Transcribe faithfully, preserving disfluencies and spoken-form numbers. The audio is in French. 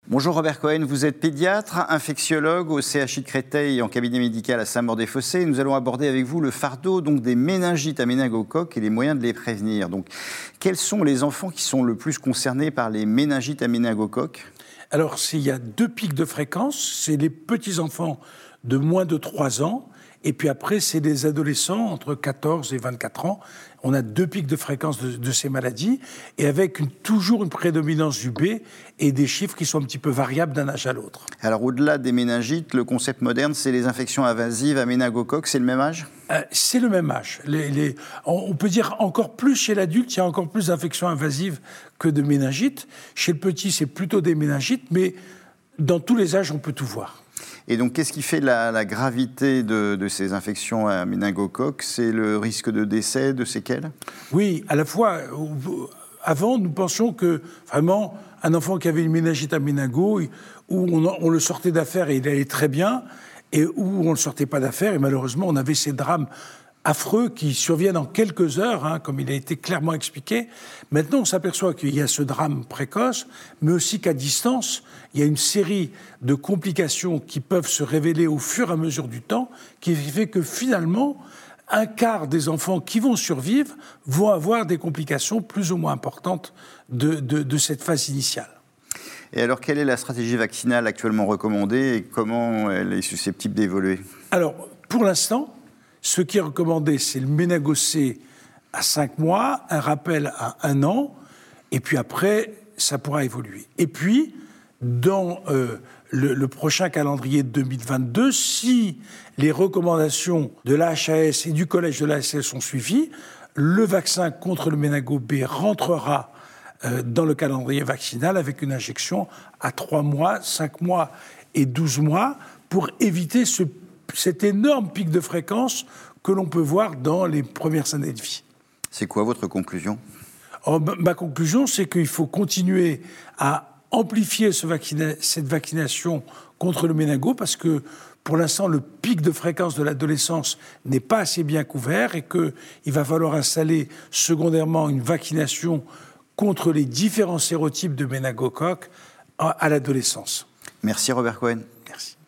Bonjour Robert Cohen, vous êtes pédiatre, infectiologue au C H I de Créteil et en cabinet médical à Saint-Maur-des-Fossés. Nous allons aborder avec vous le fardeau donc, des méningites à méningocoque et les moyens de les prévenir. Donc, quels sont les enfants qui sont le plus concernés par les méningites à méningocoque ? Alors, il y a deux pics de fréquence. C'est les petits-enfants de moins de trois ans. Et puis après, c'est les adolescents entre quatorze et vingt-quatre ans. On a deux pics de fréquence de, de ces maladies, et avec une, toujours une prédominance du B et des chiffres qui sont un petit peu variables d'un âge à l'autre. Alors, au-delà des méningites, le concept moderne, c'est les infections invasives à méningocoque. C'est le même âge ? euh, C'est le même âge. Les, les, on peut dire encore plus chez l'adulte, il y a encore plus d'infections invasives que de méningites. Chez le petit, c'est plutôt des méningites, mais dans tous les âges, on peut tout voir. Et donc, qu'est-ce qui fait la, la gravité de, de ces infections à méningocoque ? C'est le risque de décès, de séquelles ? Oui, à la fois. Avant, nous pensions que, vraiment, un enfant qui avait une méningite à méningo, où on, on le sortait d'affaires et il allait très bien, et où on ne le sortait pas d'affaires, et malheureusement, on avait ces drames affreux qui surviennent en quelques heures, hein, comme il a été clairement expliqué. Maintenant, on s'aperçoit qu'il y a ce drame précoce, mais aussi qu'à distance, il y a une série de complications qui peuvent se révéler au fur et à mesure du temps, qui fait que finalement, un quart des enfants qui vont survivre vont avoir des complications plus ou moins importantes de, de, de cette phase initiale. Et alors, quelle est la stratégie vaccinale actuellement recommandée et comment elle est susceptible d'évoluer ? Alors, pour l'instant, ce qui est recommandé, c'est le méningo-C à cinq mois, un rappel à un an, et puis après, ça pourra évoluer. Et puis, dans euh, le, le prochain calendrier de deux mille vingt-deux, si les recommandations de l'A H A S et du Collège de l'A S L sont suivies, le vaccin contre le méningo-B rentrera euh, dans le calendrier vaccinal avec une injection à trois mois, cinq mois et douze mois pour éviter ce cet énorme pic de fréquence que l'on peut voir dans les premières années de vie. C'est quoi votre conclusion ? Oh, ma conclusion, c'est qu'il faut continuer à amplifier ce vaccina- cette vaccination contre le méningo parce que pour l'instant, le pic de fréquence de l'adolescence n'est pas assez bien couvert et qu'il va falloir installer secondairement une vaccination contre les différents sérotypes de méningocoque à, à l'adolescence. Merci Robert Cohen. Merci.